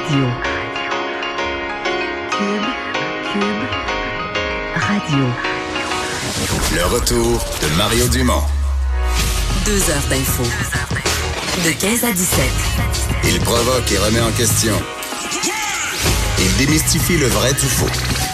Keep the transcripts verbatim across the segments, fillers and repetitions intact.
Radio. Cube, Cube, Radio. Le retour de Mario Dumont. Deux heures d'info. De quinze à dix-sept. Il provoque et remet en question. Il démystifie le vrai du faux.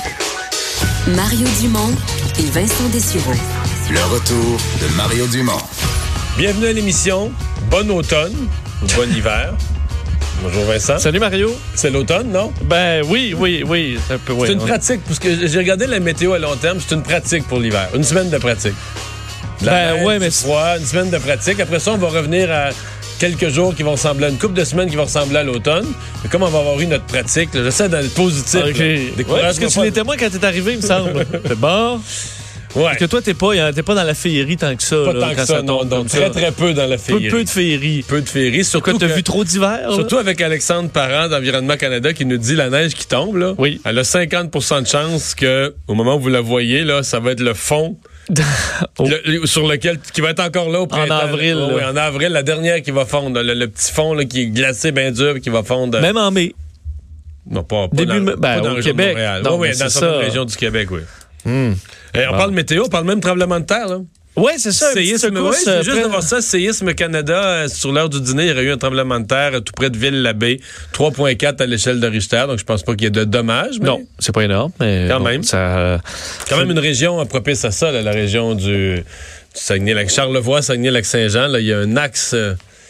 Mario Dumont et Vincent Dessureau. Le retour de Mario Dumont. Bienvenue à l'émission. Bon automne ou bon hiver. Bonjour Vincent. Salut Mario. C'est l'automne, non? Ben oui, oui, oui. C'est, un peu, oui, c'est une on... pratique, parce que j'ai regardé la météo à long terme, c'est une pratique pour l'hiver. Une semaine de pratique. De la ben neige, ouais, mais du froid, une semaine de pratique. Après ça, on va revenir à quelques jours qui vont ressembler à une couple de semaines qui vont ressembler à l'automne. Mais comme on va avoir eu notre pratique, là, j'essaie d'être positif. Okay. Ouais, parce que tu l'étais moins quand t'es arrivé, il me semble. C'est bon. Ouais. Parce que toi, t'es pas, t'es pas dans la féerie tant que ça. Pas là, tant que ça, ça non. tombe, Donc, très, très peu dans la féerie. Peu, peu de féerie. Peu de féerie. Surtout Pourquoi t'as que, vu trop d'hiver? Surtout avec Alexandre Parent d'Environnement Canada qui nous dit la neige qui tombe, là. Oui. Elle a cinquante pour cent de chance que, au moment où vous la voyez, là, ça va être le fond. oh. le, sur lequel, qui va être encore là au printemps. En avril. Oh, oui, en avril, la dernière qui va fondre. Le, le petit fond là, qui est glacé, bien dur, qui va fondre. Même en mai. Non, pas, pas Début dans, ben, pas dans au la région Québec. de Montréal. Non, oui, oui, dans certaines régions du Québec, oui. Hmm. Et on bon. parle météo, on parle même tremblement de terre, là. Oui, c'est ça. Séisme, oui, c'est juste de voir ça. Séisme Canada, euh, sur l'heure du dîner, il y aurait eu un tremblement de terre euh, tout près de Ville-l'Abbé, trois virgule quatre à l'échelle de Richter, donc je pense pas qu'il y ait de dommages. Mais non, c'est pas énorme, mais quand bon, même. Ça, euh, quand même une région propice à ça, là, la région du, du Saguenay-Lac Charlevoix, Saguenay-Lac-Saint-Jean. Là, il y a un axe. Euh,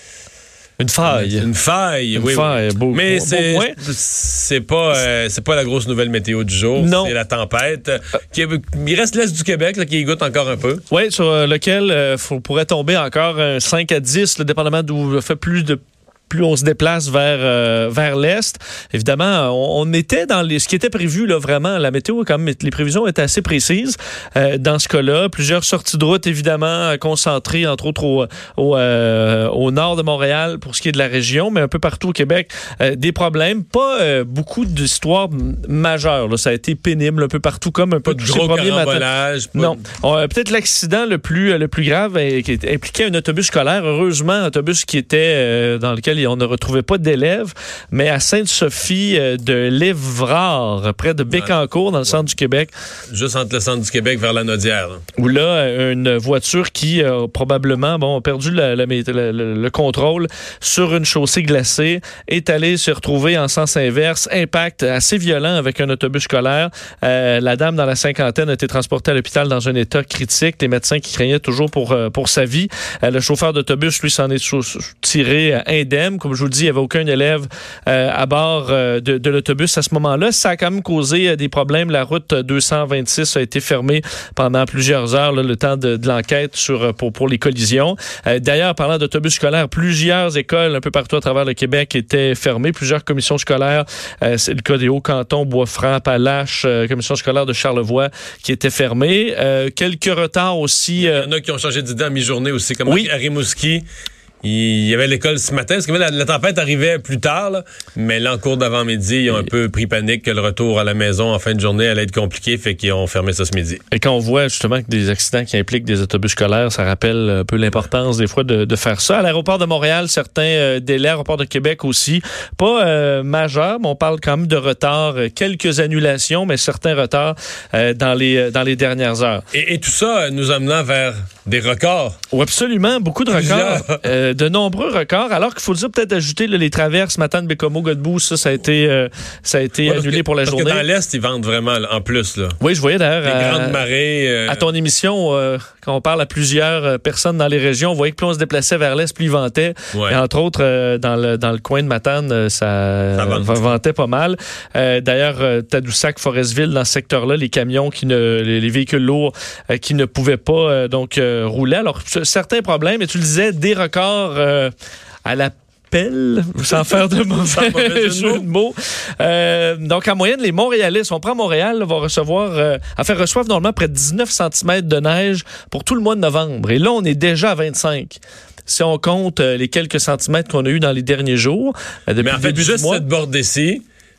Une faille. Une faille, une oui. faille, oui. beau, Mais beau, c'est, beau c'est pas euh, c'est pas la grosse nouvelle météo du jour. Non. C'est la tempête. Euh, qui, il reste l'Est du Québec là, qui y goûte encore un peu. Oui, sur euh, lequel euh, faut, pourrait tomber encore un cinq à dix, là, dépendamment d'où fait plus de plus on se déplace vers euh, vers l'est. Évidemment, on, on était dans les, ce qui était prévu, là, vraiment. La météo, quand même, les prévisions étaient assez précises euh, dans ce cas-là. Plusieurs sorties de route, évidemment, concentrées, entre autres, au, au, euh, au nord de Montréal pour ce qui est de la région, mais un peu partout au Québec, euh, des problèmes. Pas euh, beaucoup d'histoires majeures. Là. Ça a été pénible un peu partout, comme un pas peu de tous gros ces premiers carambolage. matins. Non. On, euh, peut-être l'accident le plus, le plus grave euh, qui impliquait un autobus scolaire. Heureusement, un autobus qui était euh, dans lequel on ne retrouvait pas d'élèves, mais à Sainte-Sophie euh, de l'Évrard, près de Bécancour, dans le ouais. centre du Québec. Juste entre le centre du Québec vers la Naudière. Là. Où là, une voiture qui a euh, probablement bon, a perdu le, le, le, le contrôle sur une chaussée glacée, est allée se retrouver en sens inverse. Impact assez violent avec un autobus scolaire. Euh, la dame dans la cinquantaine a été transportée à l'hôpital dans un état critique. Les médecins qui craignaient toujours pour, euh, pour sa vie. Euh, le chauffeur d'autobus, lui, s'en est tiré euh, indemne. Comme je vous le dis, il n'y avait aucun élève euh, à bord euh, de, de l'autobus à ce moment-là. Ça a quand même causé euh, des problèmes. La route deux cent vingt-six a été fermée pendant plusieurs heures, là, le temps de, de l'enquête sur, pour, pour les collisions. Euh, d'ailleurs, parlant d'autobus scolaires, plusieurs écoles un peu partout à travers le Québec étaient fermées. Plusieurs commissions scolaires, euh, c'est le cas des Hauts-Cantons, Bois-Franc, Appalaches, euh, commission scolaire de Charlevoix qui étaient fermées. Euh, quelques retards aussi. Euh... Il y en a qui ont changé d'idée en mi-journée aussi, comme oui. à Rimouski. Il y avait l'école ce matin, parce que la, la tempête arrivait plus tard, là, mais là, en cours d'avant-midi, ils ont un peu pris panique que le retour à la maison en fin de journée allait être compliqué, fait qu'ils ont fermé ça ce midi. Et quand on voit justement que des accidents qui impliquent des autobus scolaires, ça rappelle un peu l'importance des fois de, de faire ça. À l'aéroport de Montréal, certains euh, délais, l'aéroport de Québec aussi, pas euh, majeurs, mais on parle quand même de retard, euh, quelques annulations, mais certains retards euh, dans les dans les dernières heures. Et, et tout ça nous amenant vers des records. Oui, absolument, beaucoup de records. Euh, de nombreux records, alors qu'il faut dire peut-être ajouter là, les traverses Matane, Bécomo, Godbout, ça, ça a été, euh, ça a été ouais, annulé que, pour la parce journée. Parce que dans l'Est, ils vendent vraiment là, en plus. Là. Oui, je voyais d'ailleurs les à, grandes marées. Euh... à ton émission, euh, quand on parle à plusieurs personnes dans les régions, on voyait que plus on se déplaçait vers l'Est, plus ils vantaient. Ouais. Et entre autres, euh, dans, le, dans le coin de Matane, ça, ça vantait pas mal. Euh, d'ailleurs, euh, Tadoussac, Forestville, dans ce secteur-là, les camions, qui ne, les, les véhicules lourds euh, qui ne pouvaient pas euh, donc euh, rouler. Alors, certains problèmes, et tu le disais, des records euh, à la pelle, sans faire de mauvais, mauvais jeu de mots. Euh, donc, en moyenne, les Montréalais, si on prend Montréal, là, vont recevoir, euh, enfin, reçoivent normalement près de dix-neuf centimètres de neige pour tout le mois de novembre. Et là, on est déjà à vingt-cinq. Si on compte euh, les quelques centimètres qu'on a eu dans les derniers jours, euh, depuis Mais en le fait, début juste du mois, cette bordée-ci,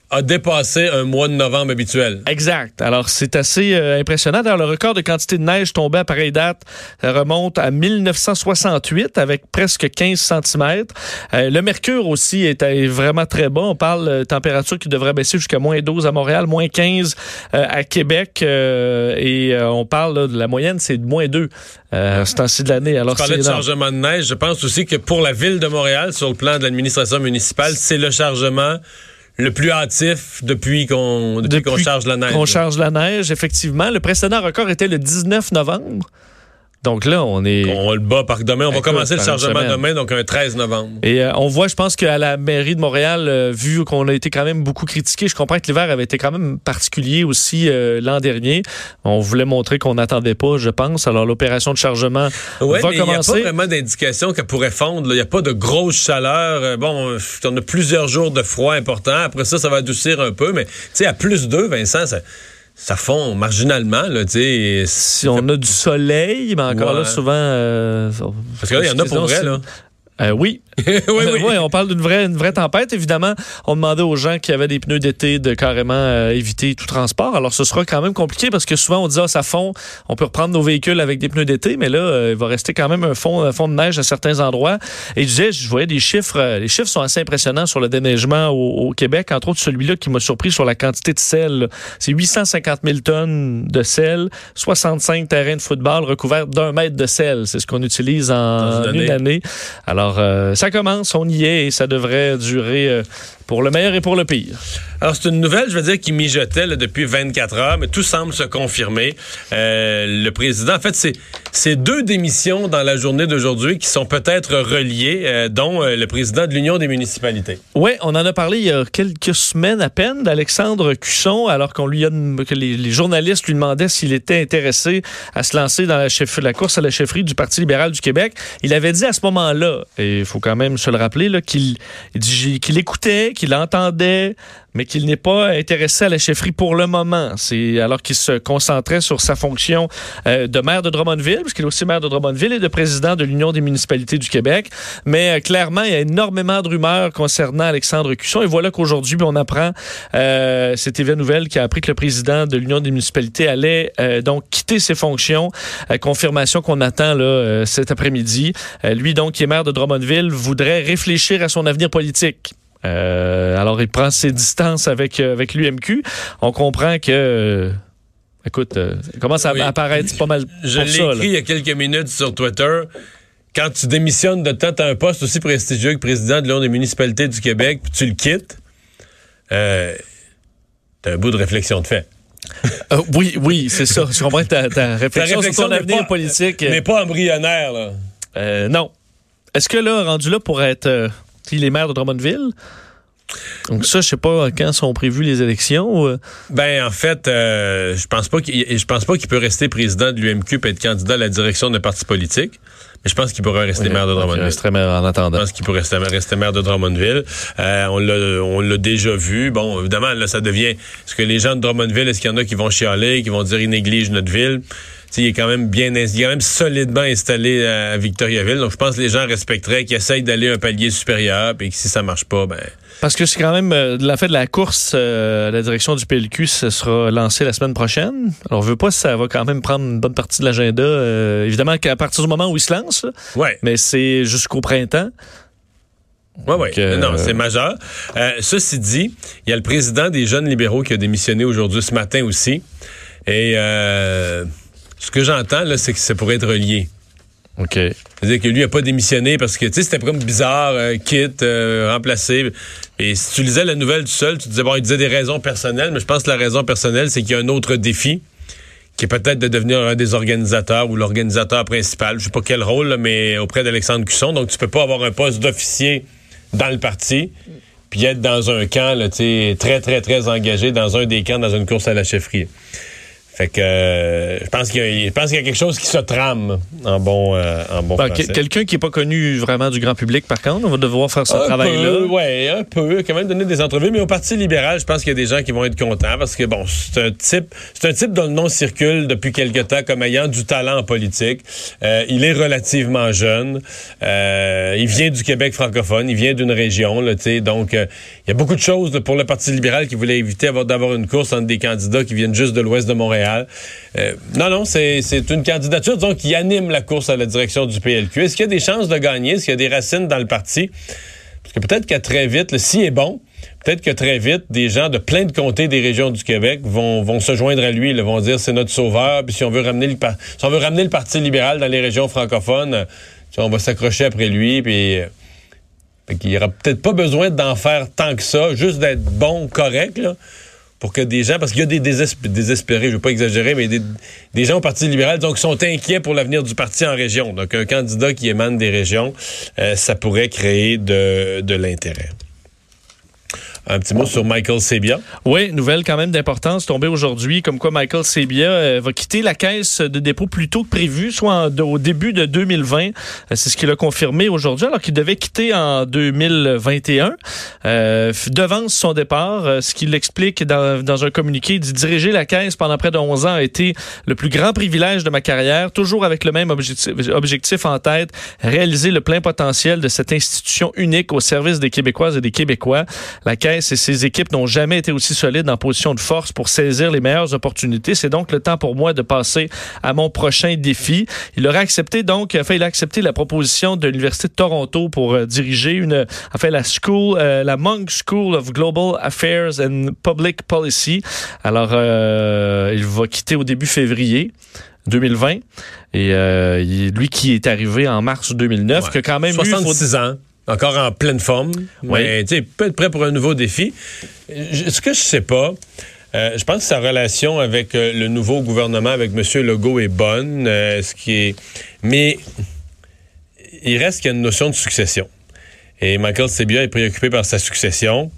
a dépassé un mois de novembre habituel. Exact. Alors, c'est assez euh, impressionnant. D'ailleurs, le record de quantité de neige tombée à pareille date remonte à mille neuf cent soixante-huit avec presque quinze centimètres. Euh, le mercure aussi est, est vraiment très bas. On parle de température qui devrait baisser jusqu'à moins douze à Montréal, moins quinze euh, à Québec. Euh, et euh, on parle là, de la moyenne, c'est de moins deux euh, ce temps-ci de l'année. Alors, tu parlais c'est de énorme. chargement de neige. Je pense aussi que pour la ville de Montréal, sur le plan de l'administration municipale, c'est le chargement le plus hâtif depuis qu'on depuis, depuis qu'on charge la neige. Qu'on charge la neige, effectivement. Le précédent record était le dix-neuf novembre. Donc là, on est... On le bat par demain. On Écoute, va commencer le chargement semaine. demain, donc un treize novembre. Et euh, on voit, je pense qu'à la mairie de Montréal, euh, vu qu'on a été quand même beaucoup critiqué, je comprends que l'hiver avait été quand même particulier aussi euh, l'an dernier. On voulait montrer qu'on n'attendait pas, je pense. Alors l'opération de chargement ouais, va mais commencer. Il n'y a pas vraiment d'indication qu'elle pourrait fondre. Il n'y a pas de grosse chaleur. Euh, bon, on a plusieurs jours de froid important. Après ça, ça va adoucir un peu. Mais tu sais, à plus deux, Vincent, ça... Ça fond marginalement, là, tu sais. Si on a du soleil, mais encore ouais. là, souvent... Euh, Parce que là, il y en a pour vrai, là. Euh, oui. oui, oui. oui, on parle d'une vraie, une vraie tempête. Évidemment, on demandait aux gens qui avaient des pneus d'été de carrément euh, éviter tout transport. Alors, ce sera quand même compliqué parce que souvent, on dit, ah, ça fond, on peut reprendre nos véhicules avec des pneus d'été, mais là, euh, il va rester quand même un fond, un fond de neige à certains endroits. Et je disais, je voyais des chiffres, euh, les chiffres sont assez impressionnants sur le déneigement au, au Québec, entre autres celui-là qui m'a surpris sur la quantité de sel. Là. C'est huit cent cinquante mille tonnes de sel, soixante-cinq terrains de football recouverts d'un mètre de sel. C'est ce qu'on utilise en une, une année. année. Alors, euh, ça commence, on y est et ça devrait durer euh, pour le meilleur et pour le pire. Alors, c'est une nouvelle, je veux dire, qui mijotait là, depuis vingt-quatre heures, mais tout semble se confirmer. Euh, le président, en fait, c'est, c'est deux démissions dans la journée d'aujourd'hui qui sont peut-être reliées, euh, dont euh, le président de l'Union des municipalités. Oui, on en a parlé il y a quelques semaines à peine d'Alexandre Cusson, alors qu'on lui a, que les, les journalistes lui demandaient s'il était intéressé à se lancer dans la, chef, la course à la chefferie du Parti libéral du Québec. Il avait dit à ce moment-là, et il faut quand même se le rappeler, là, qu'il, il, qu'il écoutait, qu'il entendait, mais qu'il n'est pas intéressé à la chefferie pour le moment. C'est alors qu'il se concentrait sur sa fonction euh, de maire de Drummondville, puisqu'il est aussi maire de Drummondville et de président de l'Union des municipalités du Québec. Mais euh, clairement, il y a énormément de rumeurs concernant Alexandre Cusson. Et voilà qu'aujourd'hui, on apprend, euh, c'est T V Nouvelles qui a appris que le président de l'Union des municipalités allait euh, donc quitter ses fonctions. Euh, confirmation qu'on attend là euh, cet après-midi. Euh, lui, donc, qui est maire de Drummondville, voudrait réfléchir à son avenir politique. Euh, alors, il prend ses distances avec, euh, avec l'U M Q. On comprend que... Euh, écoute, euh, ça commence à oui. apparaître pas mal Je pour l'ai ça, écrit là. il y a quelques minutes sur Twitter. Quand tu démissionnes de temps, tu as un poste aussi prestigieux que président de l'Union des municipalités du Québec, puis tu le quittes, euh, tu as un bout de réflexion de fait. Euh, oui, oui, c'est ça. Je comprends ta, ta réflexion, ta réflexion sur ton avenir pas, politique. Mais pas embryonnaire, là. Euh, non. Est-ce que là, rendu là pour être... Euh, il est maire de Drummondville? Donc ça, je sais pas quand sont prévues les élections. Euh... Ben en fait, euh, je pense pas qu'il je pense pas qu'il peut rester président de l'U M Q et être candidat à la direction d'un parti politique. Mais je pense qu'il pourrait rester oui, maire de Drummondville. Il resterait maire en attendant. Je pense qu'il pourrait rester, rester maire de Drummondville. Euh, on l'a, on l'a déjà vu. Bon, évidemment, là, ça devient... Est-ce que les gens de Drummondville, est-ce qu'il y en a qui vont chialer, qui vont dire ils négligent notre ville? T'sais, il est quand même bien, il est quand même solidement installé à Victoriaville. Donc, je pense que les gens respecteraient qu'ils essayent d'aller un palier supérieur, puis que si ça marche pas, ben... Parce que c'est quand même, euh, la fait de la course euh, à la direction du P L Q, ça sera lancé la semaine prochaine. Alors, on veut pas si ça va quand même prendre une bonne partie de l'agenda. Euh, évidemment qu'à partir du moment où il se lance, ouais. mais c'est jusqu'au printemps. Oui, oui. Euh... Non, c'est majeur. Euh, ceci dit, il y a le président des Jeunes libéraux qui a démissionné aujourd'hui, ce matin aussi. Et... Euh... Ce que j'entends, là, c'est que ça pourrait être relié. OK. C'est-à-dire que lui n'a pas démissionné parce que, tu sais, c'était comme bizarre, euh, quitte, euh, remplacé. Et si tu lisais la nouvelle tout seul, tu disais, bon, il disait des raisons personnelles, mais je pense que la raison personnelle, c'est qu'il y a un autre défi, qui est peut-être de devenir un des organisateurs ou l'organisateur principal. Je sais pas quel rôle, là, mais auprès d'Alexandre Cusson. Donc, tu peux pas avoir un poste d'officier dans le parti, puis être dans un camp, là, tu sais, très, très, très engagé dans un des camps, dans une course à la chefferie. Fait que euh, je pense qu'il y a, je pense qu'il y a quelque chose qui se trame en bon, euh, en bon ben, français. Quelqu'un qui n'est pas connu vraiment du grand public, par contre, on va devoir faire ce un travail-là. Oui, un peu. Quand même donner des entrevues. Mais au Parti libéral, je pense qu'il y a des gens qui vont être contents parce que, bon, c'est un type c'est un type dont le nom circule depuis quelque temps comme ayant du talent en politique. Euh, il est relativement jeune. Euh, il vient du Québec francophone. Il vient d'une région, là, tu sais. Donc, euh, il y a beaucoup de choses là, pour le Parti libéral qui voulait éviter d'avoir une course entre des candidats qui viennent juste de l'ouest de Montréal. Euh, non, non, c'est, c'est une candidature, disons, qui anime la course à la direction du P L Q. Est-ce qu'il y a des chances de gagner? Est-ce qu'il y a des racines dans le parti? Parce que peut-être qu'à très vite, le si est bon, peut-être que très vite, des gens de plein de comtés des régions du Québec vont, vont se joindre à lui, là, vont dire c'est notre sauveur, puis si on veut ramener le, si on veut ramener le Parti libéral dans les régions francophones, euh, on va s'accrocher après lui, puis... Euh, il n'y aura peut-être pas besoin d'en faire tant que ça, juste d'être bon, correct, là, pour que des gens, parce qu'il y a des désesp- désespérés, je ne veux pas exagérer, mais des, des gens au Parti libéral donc, qui sont inquiets pour l'avenir du parti en région. Donc, un candidat qui émane des régions, euh, ça pourrait créer de, de l'intérêt. Un petit mot sur Michael Sabia. Oui, nouvelle quand même d'importance tombée aujourd'hui, comme quoi Michael Sabia euh, va quitter la caisse de dépôt plus tôt que prévu, soit en, de, au début de deux mille vingt. Euh, c'est ce qu'il a confirmé aujourd'hui, alors qu'il devait quitter en deux mille vingt et un. Euh, devance son départ, euh, ce qu'il explique dans, dans un communiqué. Il dit « Diriger la caisse pendant près de onze ans a été le plus grand privilège de ma carrière, toujours avec le même objectif, objectif en tête, réaliser le plein potentiel de cette institution unique au service des Québécoises et des Québécois. La caisse et ses équipes n'ont jamais été aussi solides en position de force pour saisir les meilleures opportunités. C'est donc le temps pour moi de passer à mon prochain défi. » Il aurait accepté donc, enfin, il a accepté la proposition de l'Université de Toronto pour euh, diriger une, enfin, la school, euh, la Munk School of Global Affairs and Public Policy. Alors, euh, il va quitter au début février deux mille vingt. Et euh, il, lui qui est arrivé en mars deux mille neuf, ouais. qui a quand même soixante-six eu... ans. Encore en pleine forme, oui. mais tu sais, peut être prêt pour un nouveau défi. Je, ce que je sais pas, euh, je pense que sa relation avec euh, le nouveau gouvernement, avec M. Legault, est bonne, euh, ce qui est, mais il reste qu'il y a une notion de succession. Et Michael Sabia est préoccupé par sa succession.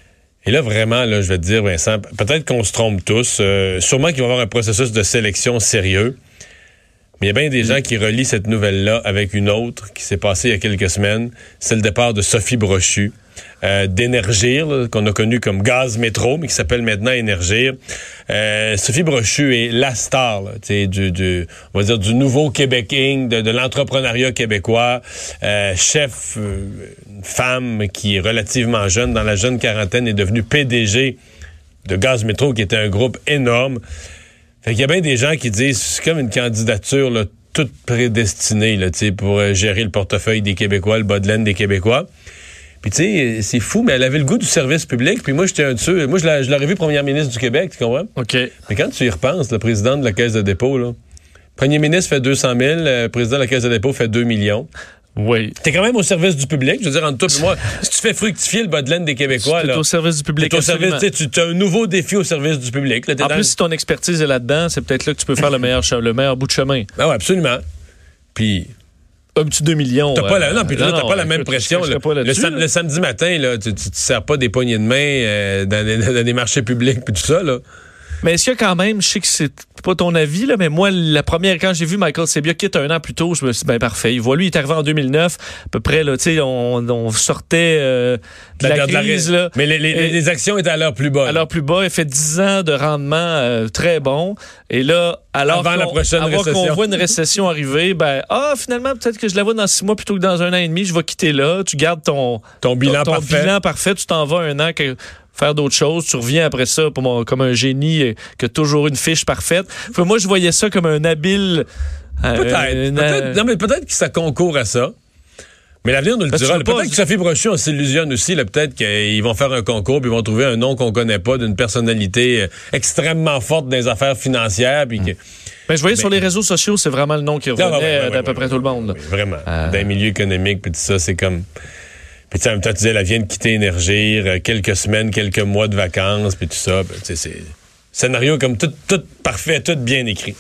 Et là, vraiment, là, je vais te dire, Vincent, peut-être qu'on se trompe tous. Euh, sûrement qu'il va y avoir un processus de sélection sérieux. Mais il y a bien des gens qui relient cette nouvelle-là avec une autre qui s'est passée il y a quelques semaines. C'est le départ de Sophie Brochu, euh, d'Énergir, là, qu'on a connu comme Gaz Métro, mais qui s'appelle maintenant Énergir. Euh, Sophie Brochu est la star, là, du, du, on va dire, du nouveau Québec Inc, de, de l'entrepreneuriat québécois. Euh, chef, euh, une femme qui est relativement jeune, dans la jeune quarantaine, est devenue P D G de Gaz Métro, qui était un groupe énorme. Fait qu'il y a bien des gens qui disent c'est comme une candidature là, toute prédestinée là, pour euh, gérer le portefeuille des Québécois, le bas de laine des Québécois. Puis tu sais, c'est fou, mais elle avait le goût du service public. Puis moi, j'étais un dessus. Moi, je, la, je l'aurais vu première ministre du Québec, tu comprends? OK. Mais quand tu y repenses, le président de la Caisse de dépôt, là, premier ministre fait deux cent mille, le président de la Caisse de dépôt fait deux millions. Oui. T'es quand même au service du public. Je veux dire, entre toi et moi, si tu fais fructifier le bas de laine des Québécois... T'es là, au service du public, t'es au service, tu as un nouveau défi au service du public. Là, en plus, le... si ton expertise est là-dedans, c'est peut-être là que tu peux faire le meilleur, le meilleur bout de chemin. Ah oui, absolument. Puis... Un petit deux millions. T'as pas la, non, puis là, non, t'as non, pas la écoute, même pression. Je, je là. Le, sam- le samedi matin, là, tu ne sers pas des poignées de main euh, dans, des, dans des marchés publics puis tout ça, là. Mais est-ce qu'il y a quand même, je sais que c'est pas ton avis, là, mais moi, la première, quand j'ai vu Michael Sabia quitter un an plus tôt, je me suis dit, ben parfait. Il voit, lui, il est arrivé en deux mille neuf, à peu près, là, tu sais, on, on sortait euh, de la, la crise, là. Mais les, les, et, les actions étaient à leur plus bas. À leur plus bas. Il fait dix ans de rendement euh, très bon. Et là, alors Avant la prochaine alors récession. qu'on voit une récession arriver, ben, ah, finalement, peut-être que je la vois dans six mois plutôt que dans un an et demi, je vais quitter là. Tu gardes ton, ton bilan ton, ton parfait. bilan parfait, tu t'en vas un an que, faire d'autres choses, tu reviens après ça pour mon, comme un génie euh, qui a toujours une fiche parfaite. Enfin, moi, je voyais ça comme un habile... Euh, peut-être. Une, peut-être non, mais peut-être que ça concourt à ça. Mais l'avenir nous le dira. Peut-être pas, que Sophie Brochu, on s'illusionne aussi. Là, peut-être qu'ils vont faire un concours puis ils vont trouver un nom qu'on connaît pas d'une personnalité extrêmement forte dans les affaires financières. Puis que... Mais je voyais mais... sur les réseaux sociaux, c'est vraiment le nom qui revenait non, ouais, ouais, ouais, d'à ouais, peu ouais, près ouais, tout le monde. Oui, vraiment. Euh... Dans les milieux économiques puis tout ça, c'est comme... Puis tu sais, en même temps, tu disais, elle vient de quitter Énergir, quelques semaines, quelques mois de vacances, puis tout ça. Ben, tu sais, c'est scénario comme tout, tout parfait, tout bien écrit.